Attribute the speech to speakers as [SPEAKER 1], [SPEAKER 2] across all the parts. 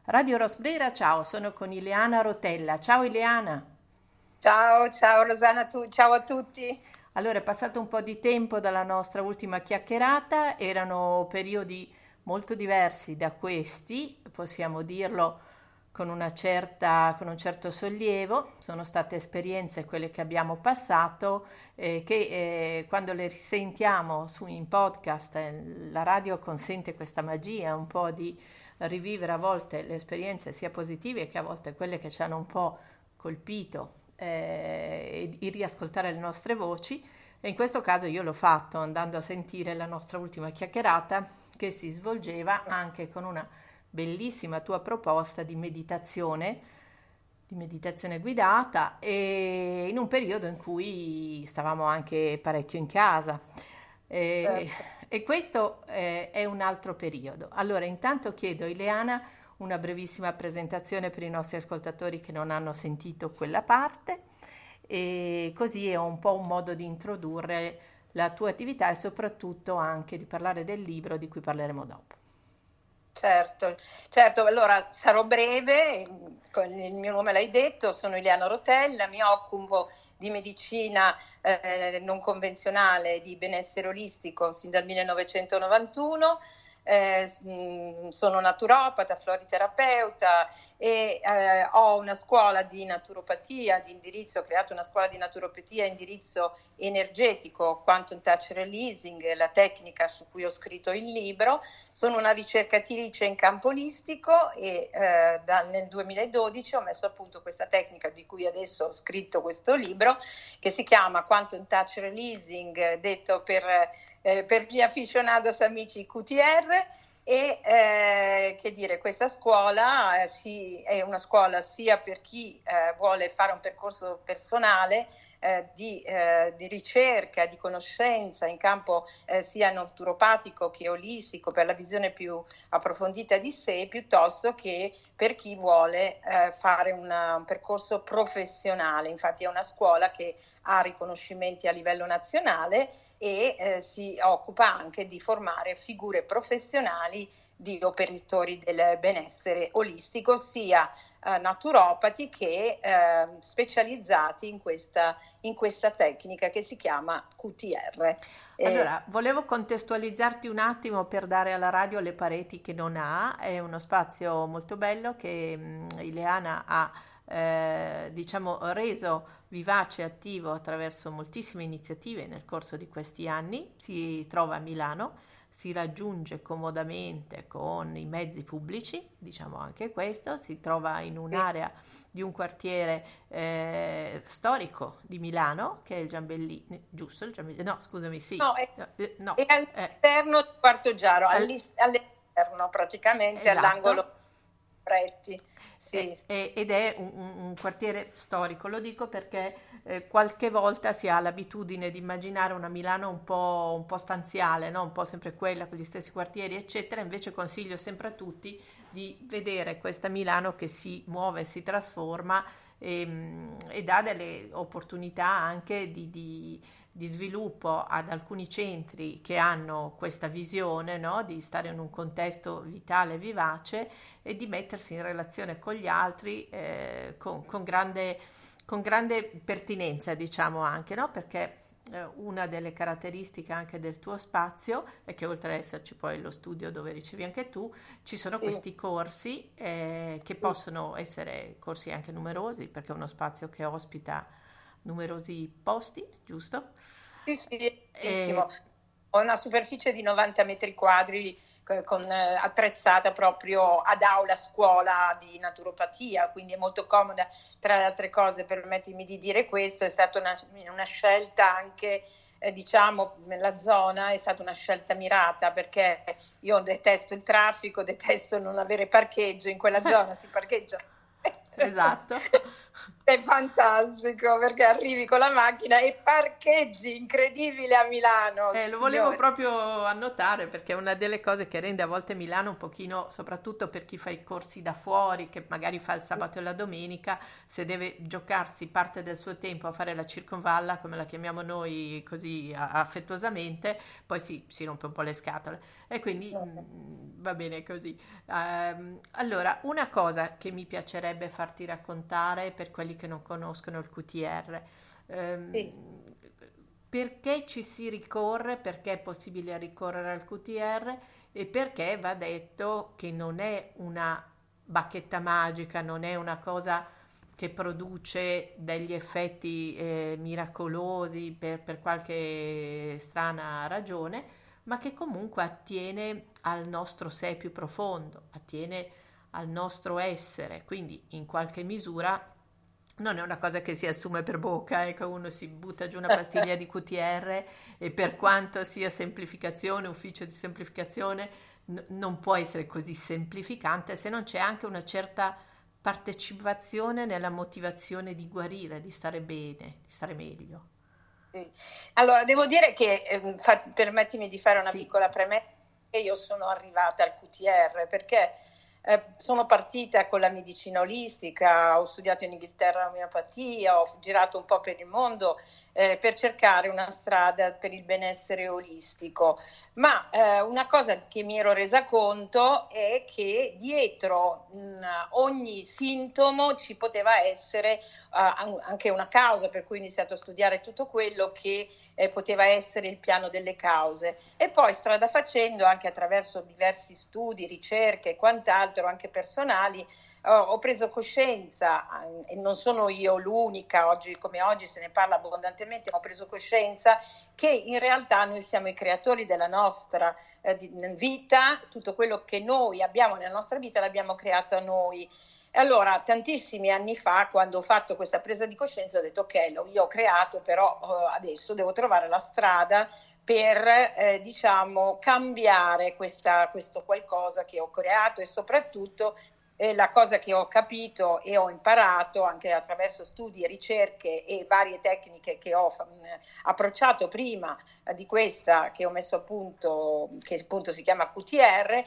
[SPEAKER 1] Radio Rosbrera, ciao, sono con Ileana Rotella. Ciao Ileana.
[SPEAKER 2] Ciao Rosanna, ciao a tutti.
[SPEAKER 1] Allora, è passato un po' di tempo dalla nostra ultima chiacchierata, erano periodi molto diversi da questi, possiamo dirlo con un certo sollievo, sono state esperienze quelle che abbiamo passato, che quando le risentiamo in podcast, la radio consente questa magia, un po' di rivivere a volte le esperienze sia positive che a volte quelle che ci hanno un po' colpito e di riascoltare le nostre voci. E in questo caso io l'ho fatto andando a sentire la nostra ultima chiacchierata che si svolgeva anche con una bellissima tua proposta di meditazione guidata e in un periodo in cui stavamo anche parecchio in casa. E,
[SPEAKER 2] Certo.
[SPEAKER 1] e questo è un altro periodo. Allora, intanto chiedo a Ileana una brevissima presentazione per i nostri ascoltatori che non hanno sentito quella parte e così è un po' un modo di introdurre la tua attività e soprattutto anche di parlare del libro di cui parleremo dopo.
[SPEAKER 2] Certo, certo, allora sarò breve, il mio nome l'hai detto, sono Ileana Rotella, mi occupo di medicina non convenzionale, di benessere olistico sin dal 1991, sono naturopata, floriterapeuta e ho una scuola di naturopatia di indirizzo, ho creato una scuola di naturopatia a indirizzo energetico, Quantum Touch Releasing, la tecnica su cui ho scritto il libro. Sono una ricercatrice in campo olistico e nel 2012 ho messo a punto questa tecnica di cui adesso ho scritto questo libro, che si chiama Quantum Touch Releasing, detto per gli aficionados amici QTR. E che dire, questa scuola è una scuola sia per chi vuole fare un percorso personale di ricerca, di conoscenza in campo sia naturopatico che olistico, per la visione più approfondita di sé, piuttosto che per chi vuole fare un percorso professionale. Infatti è una scuola che ha riconoscimenti a livello nazionale e si occupa anche di formare figure professionali di operatori del benessere olistico, sia naturopati che specializzati in questa tecnica che si chiama QTR.
[SPEAKER 1] Allora, volevo contestualizzarti un attimo per dare alla radio le pareti che non ha, è uno spazio molto bello che Ileana ha diciamo reso vivace e attivo attraverso moltissime iniziative nel corso di questi anni, si trova a Milano, si raggiunge comodamente con i mezzi pubblici, diciamo anche questo, si trova in un'area di un quartiere storico di Milano, che è il Giambellino, giusto? Il Giambellino, no, scusami, sì,
[SPEAKER 2] No, è,
[SPEAKER 1] no,
[SPEAKER 2] è all'interno di Quarto Giaro,
[SPEAKER 1] al-
[SPEAKER 2] all'esterno praticamente
[SPEAKER 1] esatto.
[SPEAKER 2] all'angolo Pretti. Sì,
[SPEAKER 1] Ed è un quartiere storico, lo dico perché qualche volta si ha l'abitudine di immaginare una Milano un po' stanziale, no? Un po' sempre quella con gli stessi quartieri, eccetera. Invece consiglio sempre a tutti di vedere questa Milano che si muove, si trasforma e dà delle opportunità anche di sviluppo ad alcuni centri che hanno questa visione, no? Di stare in un contesto vitale e vivace e di mettersi in relazione con gli altri con grande pertinenza, diciamo anche, no? Perché una delle caratteristiche anche del tuo spazio è che oltre ad esserci poi lo studio dove ricevi anche tu, ci sono
[SPEAKER 2] sì,
[SPEAKER 1] questi corsi che
[SPEAKER 2] sì,
[SPEAKER 1] possono essere corsi anche numerosi, perché è uno spazio che ospita numerosi posti, giusto?
[SPEAKER 2] sì, sì,
[SPEAKER 1] E,
[SPEAKER 2] benissimo. Ho una superficie di 90 metri quadri attrezzata proprio ad aula scuola di naturopatia, quindi è molto comoda. Tra le altre cose, permettimi di dire questo, è stata una scelta anche, diciamo, nella zona, è stata una scelta mirata perché io detesto il traffico, detesto non avere parcheggio, in quella zona si parcheggia
[SPEAKER 1] Esatto.
[SPEAKER 2] È fantastico perché arrivi con la macchina e parcheggi, incredibile a Milano,
[SPEAKER 1] Lo volevo
[SPEAKER 2] signore.
[SPEAKER 1] proprio annotare perché è una delle cose che rende a volte Milano un pochino, soprattutto per chi fa i corsi da fuori, che magari fa il sabato e la domenica, se deve giocarsi parte del suo tempo a fare la circonvalla, come la chiamiamo noi così affettuosamente, poi si rompe un po' le scatole. E quindi va bene così. Allora, una cosa che mi piacerebbe farti raccontare per quelli che non conoscono il QTR.
[SPEAKER 2] Sì.
[SPEAKER 1] Perché ci si ricorre, perché è possibile ricorrere al QTR e perché va detto che non è una bacchetta magica, non è una cosa che produce degli effetti miracolosi per qualche strana ragione, ma che comunque attiene al nostro sé più profondo, attiene al nostro essere, quindi in qualche misura non è una cosa che si assume per bocca, ecco, uno si butta giù una pastiglia di QTR e per quanto sia semplificazione, ufficio di semplificazione, non può essere così semplificante se non c'è anche una certa partecipazione nella motivazione di guarire, di stare bene, di stare meglio.
[SPEAKER 2] Sì. Allora, devo dire che, permettimi di fare una
[SPEAKER 1] Sì,
[SPEAKER 2] piccola premessa, che io sono arrivata al QTR perché sono partita con la medicina olistica, ho studiato in Inghilterra l'omeopatia, ho girato un po' per il mondo per cercare una strada per il benessere olistico. Ma una cosa che mi ero resa conto è che dietro ogni sintomo ci poteva essere anche una causa, per cui ho iniziato a studiare tutto quello che poteva essere il piano delle cause. E poi strada facendo, anche attraverso diversi studi, ricerche e quant'altro, anche personali, ho preso coscienza, e non sono io l'unica, oggi come oggi se ne parla abbondantemente, ho preso coscienza che in realtà noi siamo i creatori della nostra vita, tutto quello che noi abbiamo nella nostra vita l'abbiamo creato noi. E allora, tantissimi anni fa, quando ho fatto questa presa di coscienza, ho detto ok, io ho creato, però adesso devo trovare la strada per, diciamo, cambiare questo qualcosa che ho creato e soprattutto la cosa che ho capito e ho imparato anche attraverso studi e ricerche e varie tecniche che ho approcciato prima di questa che ho messo a punto, che appunto si chiama QTR,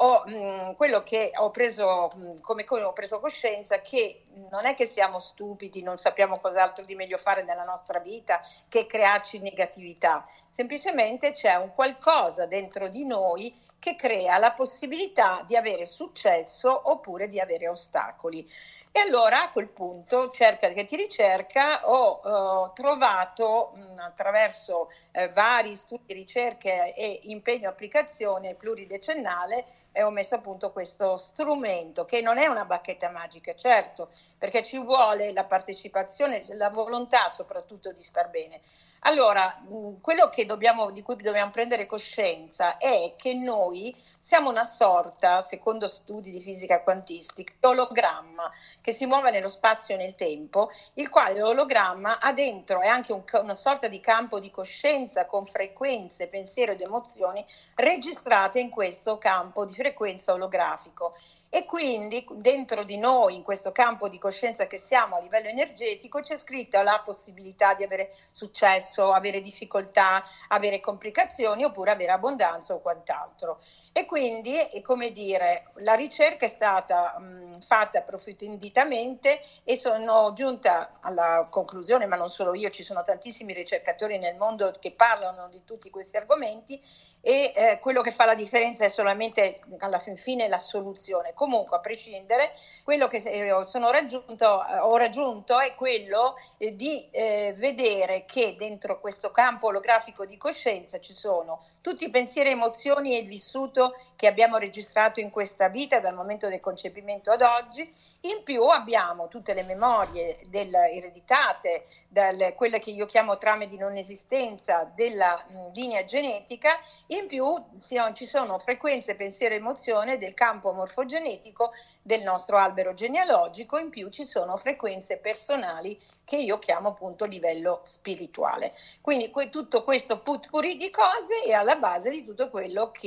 [SPEAKER 2] quello che ho preso come ho preso coscienza che non è che siamo stupidi, non sappiamo cos'altro di meglio fare nella nostra vita che crearci negatività, semplicemente c'è un qualcosa dentro di noi che crea la possibilità di avere successo oppure di avere ostacoli. E allora a quel punto, cerca che ti ricerca, ho trovato attraverso vari studi, ricerche e impegno applicazione pluridecennale e ho messo a punto questo strumento che non è una bacchetta magica, certo, perché ci vuole la partecipazione, la volontà soprattutto di star bene. Allora, quello di cui dobbiamo prendere coscienza è che noi siamo una sorta, secondo studi di fisica quantistica, di ologramma che si muove nello spazio e nel tempo, il quale ologramma ha dentro è anche una sorta di campo di coscienza con frequenze, pensiero ed emozioni registrate in questo campo di frequenza olografico. E quindi dentro di noi, in questo campo di coscienza che siamo a livello energetico, c'è scritta la possibilità di avere successo, avere difficoltà, avere complicazioni oppure avere abbondanza o quant'altro. E quindi, come dire, la ricerca è stata fatta approfonditamente e sono giunta alla conclusione, ma non solo io, ci sono tantissimi ricercatori nel mondo che parlano di tutti questi argomenti e quello che fa la differenza è solamente alla fin fine la soluzione. Comunque, a prescindere, quello che ho raggiunto è quello di vedere che dentro questo campo olografico di coscienza ci sono tutti i pensieri, emozioni e il vissuto che abbiamo registrato in questa vita dal momento del concepimento ad oggi. In più abbiamo tutte le memorie ereditate, quelle che io chiamo trame di non esistenza della linea genetica. In più ci sono frequenze, pensiero e emozione del campo morfogenetico del nostro albero genealogico, in più ci sono frequenze personali che io chiamo appunto livello spirituale. Quindi tutto questo putpurri di cose è alla base di tutto quello che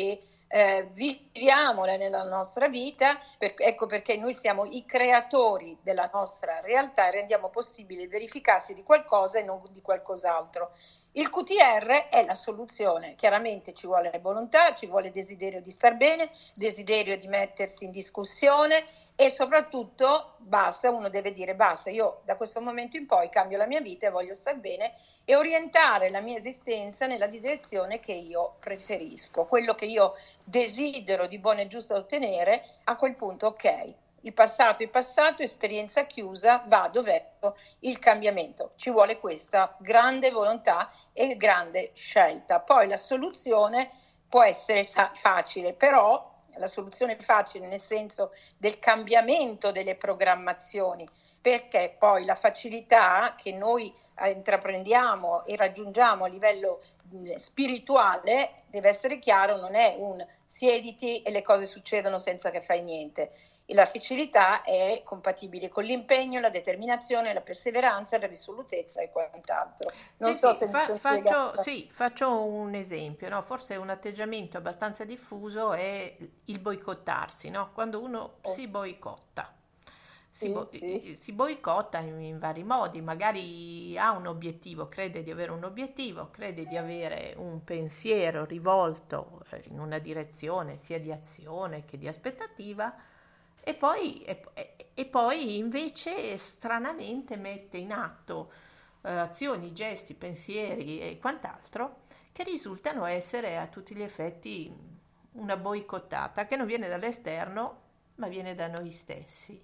[SPEAKER 2] viviamole nella nostra vita, ecco perché noi siamo i creatori della nostra realtà e rendiamo possibile il verificarsi di qualcosa e non di qualcos'altro. Il QTR è la soluzione, chiaramente ci vuole volontà, ci vuole desiderio di star bene, desiderio di mettersi in discussione e soprattutto basta, uno deve dire basta, io da questo momento in poi cambio la mia vita e voglio star bene e orientare la mia esistenza nella direzione che io preferisco, quello che io desidero di buono e giusto ottenere. A quel punto ok, il passato è passato, esperienza chiusa, vado verso il cambiamento. Ci vuole questa grande volontà e grande scelta. Poi la soluzione può essere facile, però la soluzione facile nel senso del cambiamento delle programmazioni, perché poi la facilità che noi intraprendiamo e raggiungiamo a livello spirituale, deve essere chiaro, non è un siediti e le cose succedono senza che fai niente. La facilità è compatibile con l'impegno, la determinazione, la perseveranza, la risolutezza e quant'altro. Non so se mi sono spiegata.
[SPEAKER 1] Faccio un esempio, no? Forse un atteggiamento abbastanza diffuso è il boicottarsi, no? Quando uno si boicotta. Si boicotta in vari modi, magari ha un obiettivo, crede di avere un obiettivo, crede di avere un pensiero rivolto in una direzione sia di azione che di aspettativa e poi invece stranamente mette in atto azioni, gesti, pensieri e quant'altro che risultano essere a tutti gli effetti una boicottata che non viene dall'esterno ma viene da noi stessi.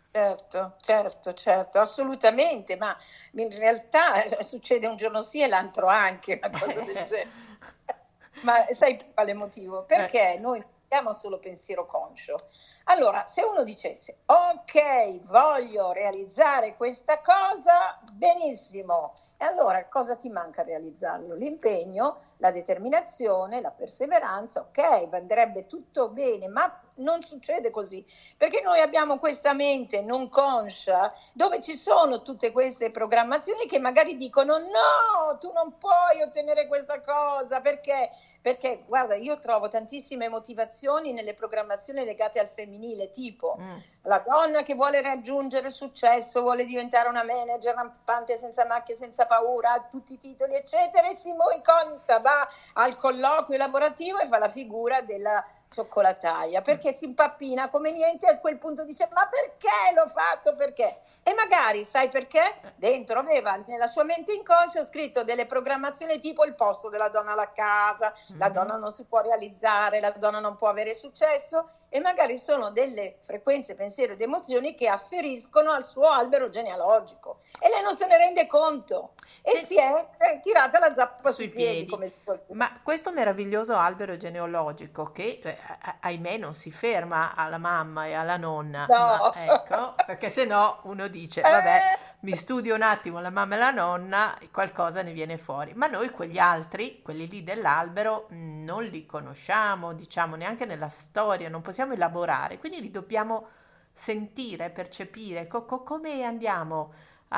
[SPEAKER 2] Certo, assolutamente, ma in realtà succede un giorno sì e l'altro anche, una cosa del genere. Ma sai per quale motivo? Perché noi non abbiamo solo pensiero conscio. Allora, se uno dicesse, ok, voglio realizzare questa cosa, benissimo. E allora cosa ti manca a realizzarlo? L'impegno, la determinazione, la perseveranza, ok, andrebbe tutto bene, ma non succede così, perché noi abbiamo questa mente non conscia dove ci sono tutte queste programmazioni che magari dicono no, tu non puoi ottenere questa cosa, perché guarda, io trovo tantissime motivazioni nelle programmazioni legate al femminile, tipo la donna che vuole raggiungere il successo, vuole diventare una manager rampante, senza macchie, senza paura, ha tutti i titoli eccetera, e si boicotta, va al colloquio lavorativo e fa la figura della cioccolataia, perché si impappina come niente e a quel punto dice ma perché l'ho fatto, perché? E magari sai perché? Dentro aveva nella sua mente inconscia scritto delle programmazioni tipo il posto della donna alla casa, la donna non si può realizzare, la donna non può avere successo, e magari sono delle frequenze, pensieri ed emozioni che afferiscono al suo albero genealogico e lei non se ne rende conto e si è tirata la zappa sui piedi come
[SPEAKER 1] ma questo meraviglioso albero genealogico che ahimè non si ferma alla mamma e alla nonna,
[SPEAKER 2] no.
[SPEAKER 1] ma ecco, perché se no uno dice vabbè, mi studio un attimo la mamma e la nonna e qualcosa ne viene fuori, ma noi quegli altri, quelli lì dell'albero, non li conosciamo, diciamo, neanche nella storia, non possiamo elaborare, quindi li dobbiamo sentire, percepire, come andiamo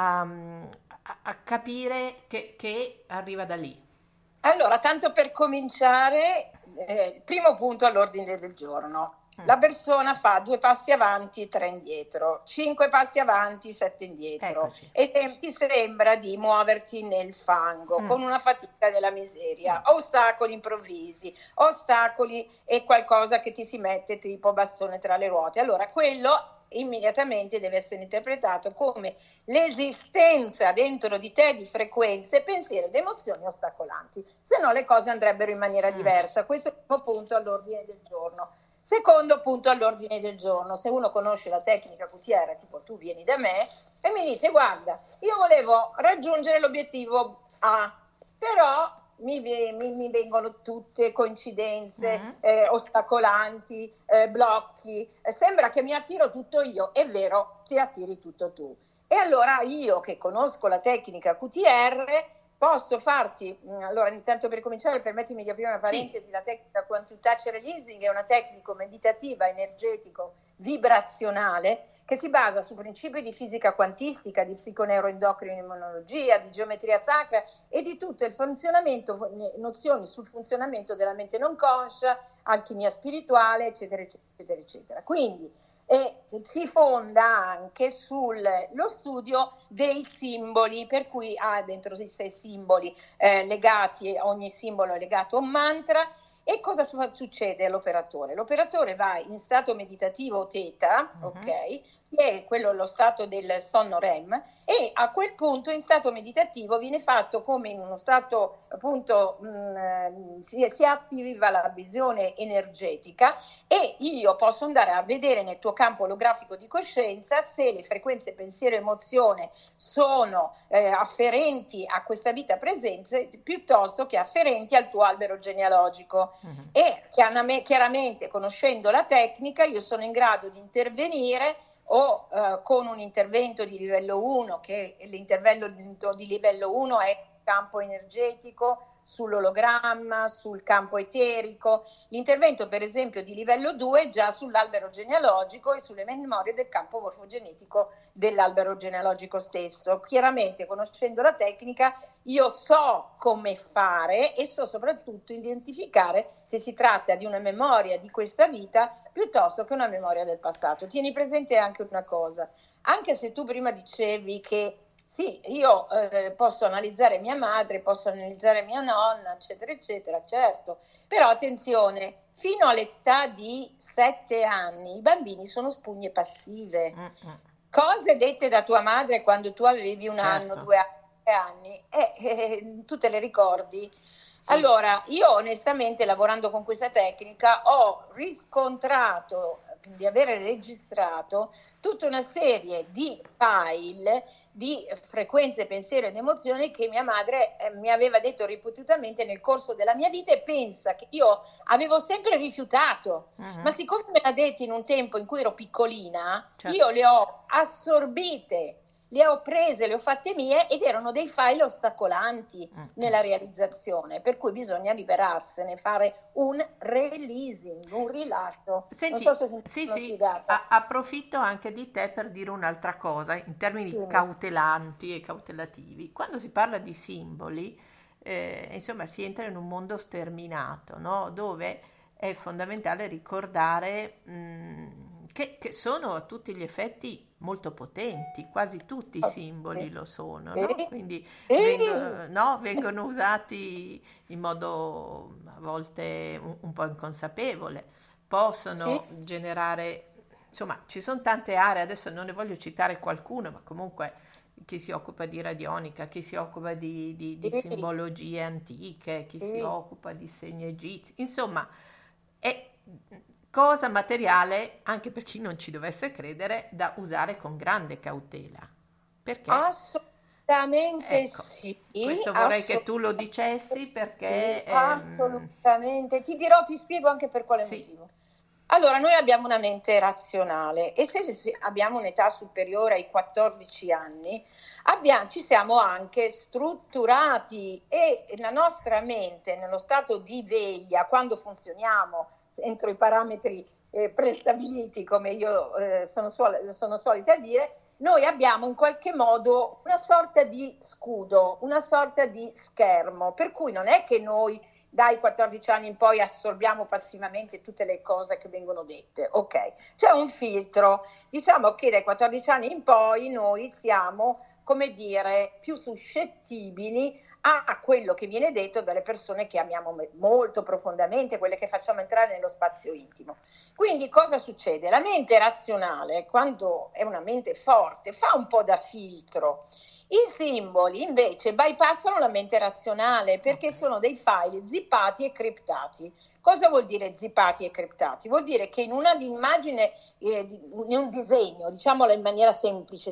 [SPEAKER 1] a capire che arriva da lì.
[SPEAKER 2] Allora, tanto per cominciare, il primo punto all'ordine del giorno. La persona fa 2 passi avanti, 3 indietro, 5 passi avanti, 7 indietro.
[SPEAKER 1] Eccoci.
[SPEAKER 2] E ti sembra di muoverti nel fango con una fatica della miseria, ostacoli improvvisi, ostacoli e qualcosa che ti si mette tipo bastone tra le ruote. Allora, quello immediatamente deve essere interpretato come l'esistenza dentro di te di frequenze, pensieri ed emozioni ostacolanti, se no le cose andrebbero in maniera diversa. Questo è il primo punto all'ordine del giorno. Secondo punto all'ordine del giorno, se uno conosce la tecnica QTR, tipo tu vieni da me e mi dice guarda, io volevo raggiungere l'obiettivo A, però mi vengono tutte coincidenze, ostacolanti, blocchi, sembra che mi attiro tutto io, è vero, ti attiri tutto tu. E allora io che conosco la tecnica QTR posso farti, allora intanto per cominciare permettimi di aprire una parentesi, la tecnica Quantum Touch Releasing è una tecnica meditativa, energetico, vibrazionale che si basa su principi di fisica quantistica, di psiconeuroendocrinologia, di geometria sacra e di tutto il funzionamento, nozioni sul funzionamento della mente non conscia, alchimia spirituale, eccetera, eccetera, eccetera. Quindi si fonda anche sullo studio dei simboli, per cui ha dentro di sé simboli legati, ogni simbolo è legato a un mantra. E cosa succede all'operatore? L'operatore va in stato meditativo theta, ok? Che è quello lo stato del sonno REM, e a quel punto in stato meditativo viene fatto come in uno stato appunto si attiva la visione energetica e io posso andare a vedere nel tuo campo olografico di coscienza se le frequenze pensiero e emozione sono afferenti a questa vita presente piuttosto che afferenti al tuo albero genealogico. E chiaramente conoscendo la tecnica io sono in grado di intervenire o con un intervento di livello 1, che l'intervento di livello 1 è il campo energetico, sull'ologramma, sul campo eterico, l'intervento per esempio di livello 2 già sull'albero genealogico e sulle memorie del campo morfogenetico dell'albero genealogico stesso. Chiaramente conoscendo la tecnica io so come fare e so soprattutto identificare se si tratta di una memoria di questa vita piuttosto che una memoria del passato. Tieni presente anche una cosa, anche se tu prima dicevi che sì, io posso analizzare mia madre, posso analizzare mia nonna, eccetera, eccetera, certo, però attenzione, fino all'età di 7 anni i bambini sono spugne passive. Cose dette da tua madre quando tu avevi un anno, 2 anni, 3 anni, tu te le ricordi? Sì. Allora, io onestamente lavorando con questa tecnica ho riscontrato di avere registrato tutta una serie di file di frequenze, pensiero ed emozioni che mia madre mi aveva detto ripetutamente nel corso della mia vita e pensa che io avevo sempre rifiutato, ma siccome me l'ha detto in un tempo in cui ero piccolina, certo, io le ho assorbite, le ho prese, le ho fatte mie ed erano dei file ostacolanti nella realizzazione, per cui bisogna liberarsene, fare un releasing, un rilascio.
[SPEAKER 1] Senti,
[SPEAKER 2] non so se
[SPEAKER 1] sì, approfitto anche di te per dire un'altra cosa in termini cautelanti e cautelativi. Quando si parla di simboli, insomma, si entra in un mondo sterminato, no? Dove è fondamentale ricordare che sono a tutti gli effetti molto potenti, quasi tutti i simboli lo sono, no? Quindi vengono usati in modo a volte un po' inconsapevole, possono generare, insomma, ci sono tante aree, adesso non ne voglio citare qualcuno, ma comunque chi si occupa di radionica, chi si occupa di simbologie antiche, chi si occupa di segni egizi, insomma, è cosa materiale, anche per chi non ci dovesse credere, da usare con grande cautela. Perché?
[SPEAKER 2] Assolutamente sì.
[SPEAKER 1] Questo vorrei che tu lo dicessi perché...
[SPEAKER 2] assolutamente. Ti spiego anche per quale motivo. Allora, noi abbiamo una mente razionale e se abbiamo un'età superiore ai 14 anni, ci siamo anche strutturati e la nostra mente, nello stato di veglia, quando funzioniamo entro i parametri prestabiliti, come io sono solita dire, noi abbiamo in qualche modo una sorta di scudo, una sorta di schermo, per cui non è che noi dai 14 anni in poi assorbiamo passivamente tutte le cose che vengono dette, ok? C'è un filtro, diciamo che dai 14 anni in poi noi siamo, come dire, più suscettibili a quello che viene detto dalle persone che amiamo molto profondamente, quelle che facciamo entrare nello spazio intimo. Quindi cosa succede? La mente razionale, quando è una mente forte, fa un po' da filtro. I simboli invece bypassano la mente razionale perché sono dei file zippati e criptati. Cosa vuol dire zippati e criptati? Vuol dire che in una immagine, in un disegno, diciamolo in maniera semplice,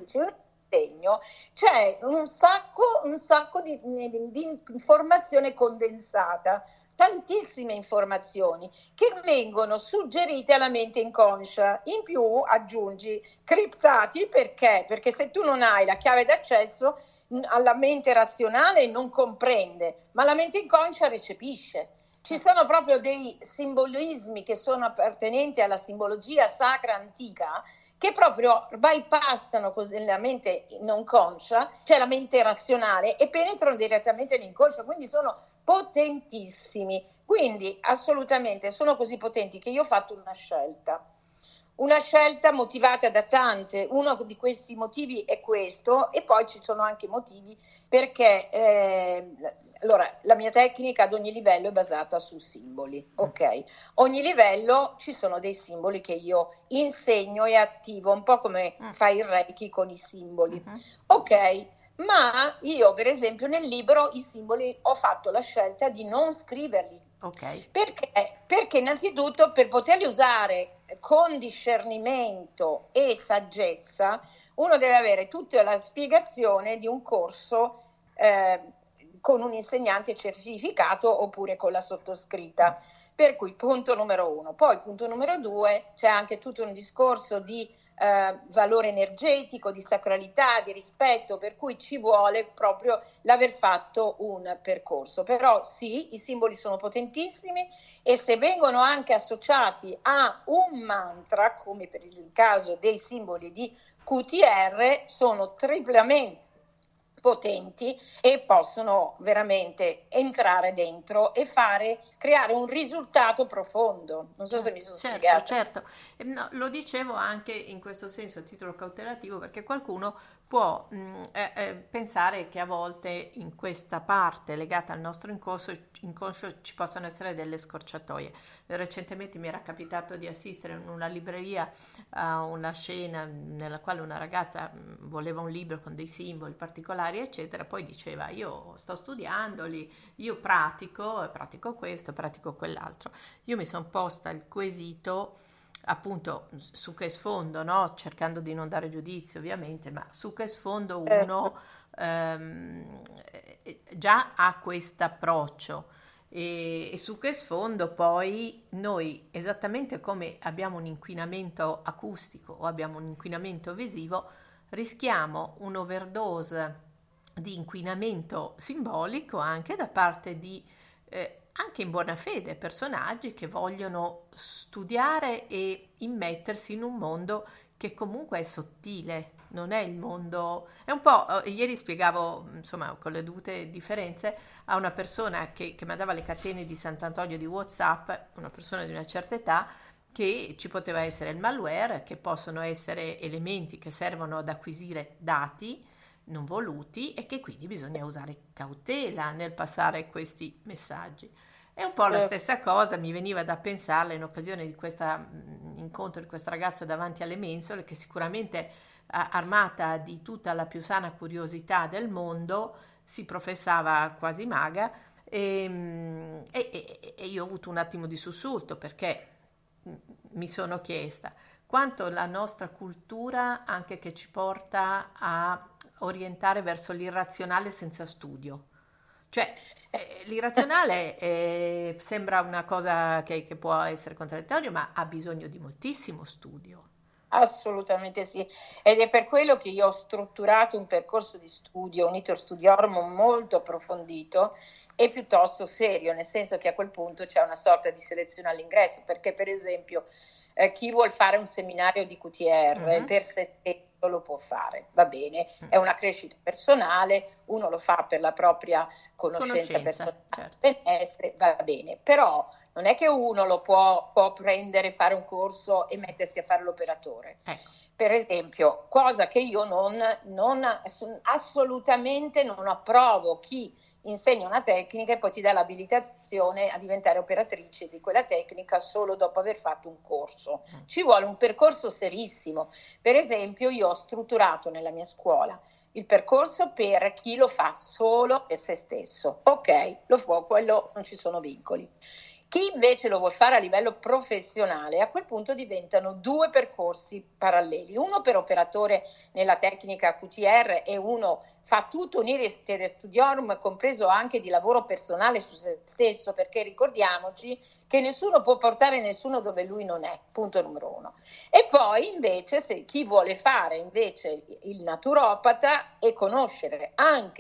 [SPEAKER 2] c'è un sacco di informazione condensata, tantissime informazioni che vengono suggerite alla mente inconscia. In più aggiungi criptati perché se tu non hai la chiave d'accesso alla mente razionale non comprende, ma la mente inconscia recepisce. Ci sono proprio dei simbolismi che sono appartenenti alla simbologia sacra antica che proprio bypassano così la mente non conscia, cioè la mente razionale, e penetrano direttamente nell'inconscio, quindi sono potentissimi. Quindi assolutamente sono così potenti che io ho fatto una scelta motivata da tante. Uno di questi motivi è questo, e poi ci sono anche motivi perché allora, la mia tecnica ad ogni livello è basata su simboli, ok? Ogni livello ci sono dei simboli che io insegno e attivo, un po' come fa il Reiki con i simboli, ok? Ma io, per esempio, nel libro i simboli ho fatto la scelta di non scriverli.
[SPEAKER 1] Ok.
[SPEAKER 2] Perché? Perché innanzitutto per poterli usare con discernimento e saggezza, uno deve avere tutta la spiegazione di un corso con un insegnante certificato oppure con la sottoscritta. Per cui punto numero 1. Poi punto numero 2, c'è anche tutto un discorso di valore energetico, di sacralità, di rispetto, per cui ci vuole proprio l'aver fatto un percorso. Però sì, i simboli sono potentissimi, e se vengono anche associati a un mantra, come per il caso dei simboli di QTR, sono triplamente potenti e possono veramente entrare dentro e creare un risultato profondo. Non so se mi sono spiegata.
[SPEAKER 1] Certo. No, lo dicevo anche in questo senso a titolo cautelativo, perché qualcuno può pensare che a volte in questa parte legata al nostro inconscio ci possano essere delle scorciatoie. Recentemente mi era capitato di assistere in una libreria a una scena nella quale una ragazza voleva un libro con dei simboli particolari, eccetera, poi diceva: io sto studiandoli, io pratico questo, pratico quell'altro. Io mi sono posta il quesito appunto su che sfondo, no? Cercando di non dare giudizio ovviamente, ma su che sfondo uno già ha questo approccio, e su che sfondo poi noi, esattamente come abbiamo un inquinamento acustico o abbiamo un inquinamento visivo, rischiamo un'overdose di inquinamento simbolico anche da parte di anche in buona fede personaggi che vogliono studiare e immettersi in un mondo che comunque è sottile, non è il mondo. È un po'. Ieri spiegavo, insomma, con le dovute differenze, a una persona che mandava le catene di Sant'Antonio di WhatsApp, una persona di una certa età, che ci poteva essere il malware, che possono essere elementi che servono ad acquisire dati non voluti e che quindi bisogna usare cautela nel passare questi messaggi. È un po' la stessa cosa, mi veniva da pensarla in occasione di questo incontro di questa ragazza davanti alle mensole, che sicuramente armata di tutta la più sana curiosità del mondo si professava quasi maga, e io ho avuto un attimo di sussulto, perché mi sono chiesta quanto la nostra cultura anche che ci porta a orientare verso l'irrazionale senza studio. Cioè, l'irrazionale sembra una cosa che può essere contraddittoria, ma ha bisogno di moltissimo studio.
[SPEAKER 2] Assolutamente sì, ed è per quello che io ho strutturato un percorso di studio, un iter studiorum molto approfondito e piuttosto serio, nel senso che a quel punto c'è una sorta di selezione all'ingresso, perché per esempio chi vuol fare un seminario di QTR per se stesso lo può fare, va bene, è una crescita personale, uno lo fa per la propria conoscenza personale,
[SPEAKER 1] certo.
[SPEAKER 2] benessere, va bene, però non è che uno lo può prendere, fare un corso e mettersi a fare l'operatore.
[SPEAKER 1] Ecco.
[SPEAKER 2] Per esempio, cosa che io assolutamente non approvo, chi insegna una tecnica e poi ti dà l'abilitazione a diventare operatrice di quella tecnica solo dopo aver fatto un corso. Ci vuole un percorso serissimo. Per esempio, io ho strutturato nella mia scuola il percorso per chi lo fa solo per se stesso. Ok, lo fa, quello non ci sono vincoli. Chi invece lo vuol fare a livello professionale, a quel punto diventano due percorsi paralleli, uno per operatore nella tecnica QTR e uno fa tutto un iter studiorum compreso anche di lavoro personale su se stesso, perché ricordiamoci che nessuno può portare nessuno dove lui non è, punto numero 1. E poi invece se chi vuole fare invece il naturopata e conoscere anche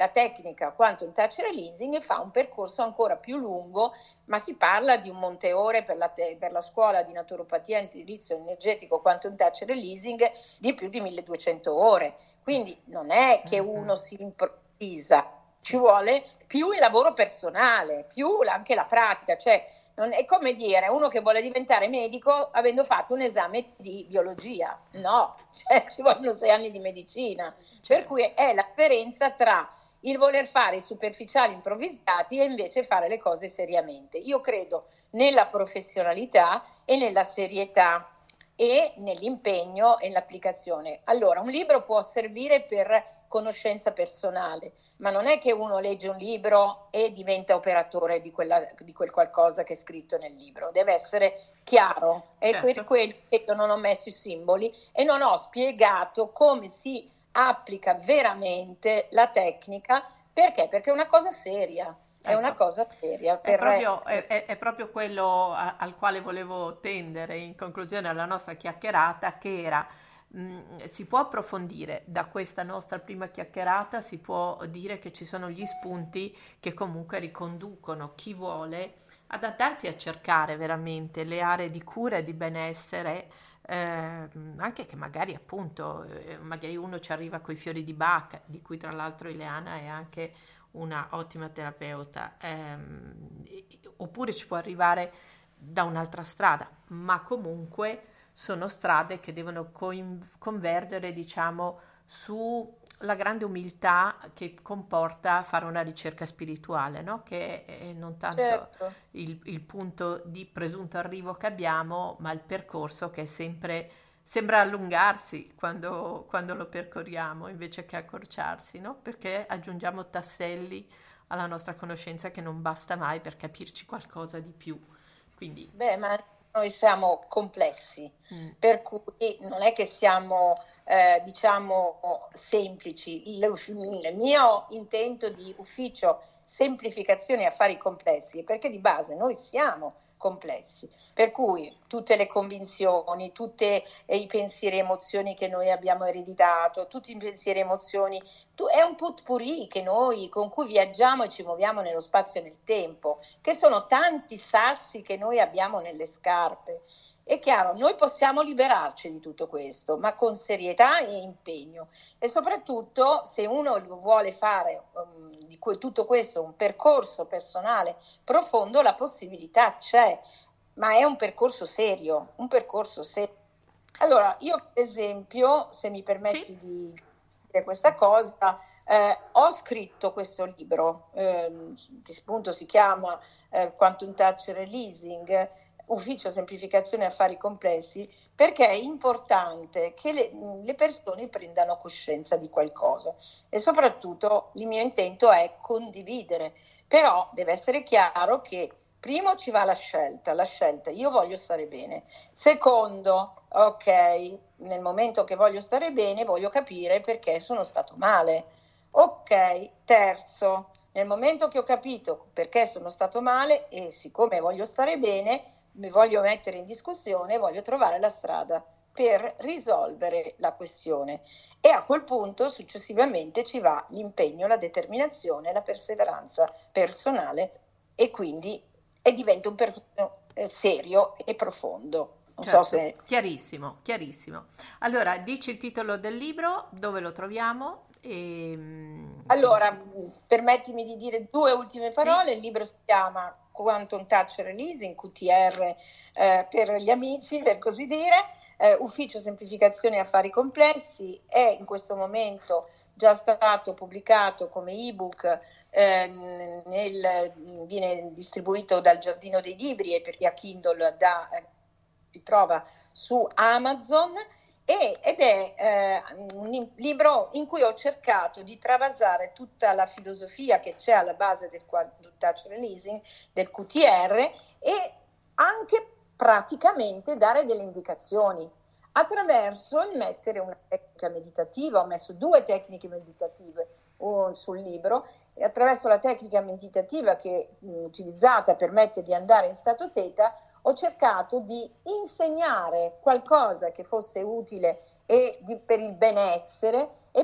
[SPEAKER 2] la tecnica Quantum Touch Releasing e fa un percorso ancora più lungo, ma si parla di un monte ore per la scuola di naturopatia e indirizzo energetico Quantum Touch Releasing di più di 1200 ore. Quindi non è che uno si improvvisa, ci vuole più il lavoro personale, più anche la pratica, cioè non è come dire uno che vuole diventare medico avendo fatto un esame di biologia, no, cioè ci vogliono 6 anni di medicina, per cui è la differenza tra il voler fare i superficiali improvvisati e invece fare le cose seriamente. Io credo nella professionalità e nella serietà e nell'impegno e nell'applicazione. Allora, un libro può servire per conoscenza personale, ma non è che uno legge un libro e diventa operatore di quel qualcosa che è scritto nel libro, deve essere chiaro. È per quello che io non ho messo i simboli e non ho spiegato come si applica veramente la tecnica. Perché? Perché è una cosa seria. È una cosa seria.
[SPEAKER 1] È proprio quello al quale volevo tendere in conclusione alla nostra chiacchierata, che era si può approfondire da questa nostra prima chiacchierata, si può dire che ci sono gli spunti che comunque riconducono chi vuole ad andarsi a cercare veramente le aree di cura e di benessere, anche che magari appunto magari uno ci arriva coi fiori di Bach, di cui tra l'altro Ileana è anche una ottima terapeuta, oppure ci può arrivare da un'altra strada, ma comunque sono strade che devono convergere, diciamo, sulla grande umiltà che comporta fare una ricerca spirituale, no? Che è non tanto il punto di presunto arrivo che abbiamo, ma il percorso che è sempre sembra allungarsi quando lo percorriamo invece che accorciarsi, no? Perché aggiungiamo tasselli alla nostra conoscenza che non basta mai per capirci qualcosa di più. Quindi...
[SPEAKER 2] ma noi siamo complessi, per cui non è che siamo, diciamo, semplici. Il mio intento di ufficio semplificazione affari complessi è perché di base noi siamo complessi, per cui tutte le convinzioni, tutti i pensieri e emozioni che noi abbiamo ereditato, tutti i pensieri e emozioni, è un potpourri che noi, con cui viaggiamo e ci muoviamo nello spazio e nel tempo, che sono tanti sassi che noi abbiamo nelle scarpe. È chiaro, noi possiamo liberarci di tutto questo, ma con serietà e impegno, e soprattutto se uno vuole fare di tutto questo un percorso personale profondo, la possibilità c'è, ma è un percorso serio, Allora, io per esempio, se mi permetti di dire questa cosa, ho scritto questo libro, che appunto si chiama Quantum Touch Releasing, Ufficio Semplificazione Affari Complessi, perché è importante che le persone prendano coscienza di qualcosa e soprattutto il mio intento è condividere, però deve essere chiaro che primo ci va la scelta, io voglio stare bene, secondo, ok, nel momento che voglio stare bene voglio capire perché sono stato male, ok, terzo, nel momento che ho capito perché sono stato male e siccome voglio stare bene, mi voglio mettere in discussione, voglio trovare la strada per risolvere la questione e a quel punto successivamente ci va l'impegno, la determinazione, la perseveranza personale e quindi diventa un percorso serio e profondo. Non so se...
[SPEAKER 1] Chiarissimo. Allora, dici il titolo del libro, dove lo troviamo?
[SPEAKER 2] Allora, permettimi di dire 2 ultime parole. Sì. Il libro si chiama Quantum Touch Releasing, QTR per gli amici, per così dire, Ufficio Semplificazione Affari Complessi, è in questo momento già stato pubblicato come ebook, viene distribuito dal Giardino dei Libri e per chi ha Kindle si trova su Amazon. Ed è un libro in cui ho cercato di travasare tutta la filosofia che c'è alla base del Quantum Touch Releasing, del QTR, e anche praticamente dare delle indicazioni attraverso il mettere una tecnica meditativa. Ho messo 2 tecniche meditative sul libro, e attraverso la tecnica meditativa che utilizzata permette di andare in stato teta, ho cercato di insegnare qualcosa che fosse utile per il benessere e poi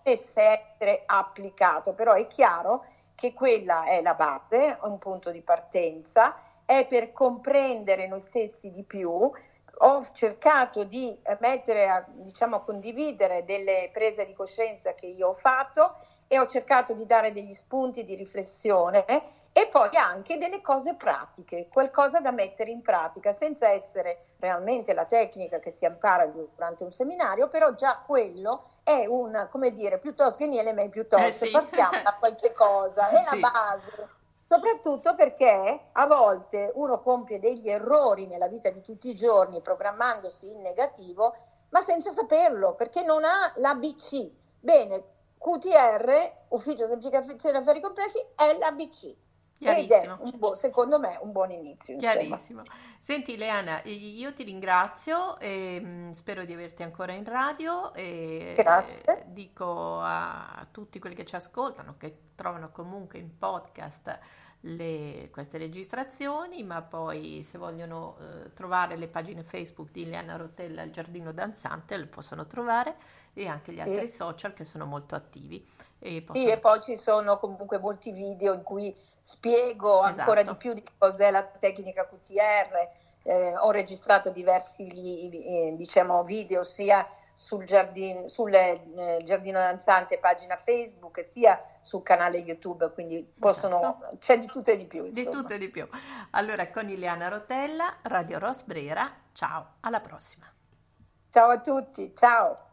[SPEAKER 2] potesse essere applicato, però è chiaro che quella è la base, un punto di partenza, è per comprendere noi stessi di più. Ho cercato di diciamo, condividere delle prese di coscienza che io ho fatto e ho cercato di dare degli spunti di riflessione e poi anche delle cose pratiche, qualcosa da mettere in pratica senza essere realmente la tecnica che si impara durante un seminario, però già quello è come dire, piuttosto che niente, ma piuttosto
[SPEAKER 1] sì.
[SPEAKER 2] partiamo da qualche cosa, è
[SPEAKER 1] Sì.
[SPEAKER 2] la base. Soprattutto perché a volte uno compie degli errori nella vita di tutti i giorni programmandosi in negativo, ma senza saperlo, perché non ha l'ABC. Bene, QTR, Ufficio Semplificazione Affari Complessi, è l'ABC. Ed è, secondo me, un buon inizio.
[SPEAKER 1] Chiarissimo. Senti Leana, io ti ringrazio e spero di averti ancora in radio e
[SPEAKER 2] Grazie.
[SPEAKER 1] dico a tutti quelli che ci ascoltano che trovano comunque in podcast queste registrazioni, ma poi se vogliono trovare le pagine Facebook di Leana Rotella, il Giardino Danzante, le possono trovare e anche gli altri social che sono molto attivi. E
[SPEAKER 2] poi ci sono comunque molti video in cui spiego ancora di più di cos'è la tecnica QTR. Ho registrato diversi diciamo, video sia sul giardino danzante pagina Facebook sia sul canale YouTube, quindi c'è di tutto e di più.
[SPEAKER 1] Di tutto e di più. Allora con Ileana Rotella, Radio Ros Brera, ciao, alla prossima.
[SPEAKER 2] Ciao a tutti, ciao.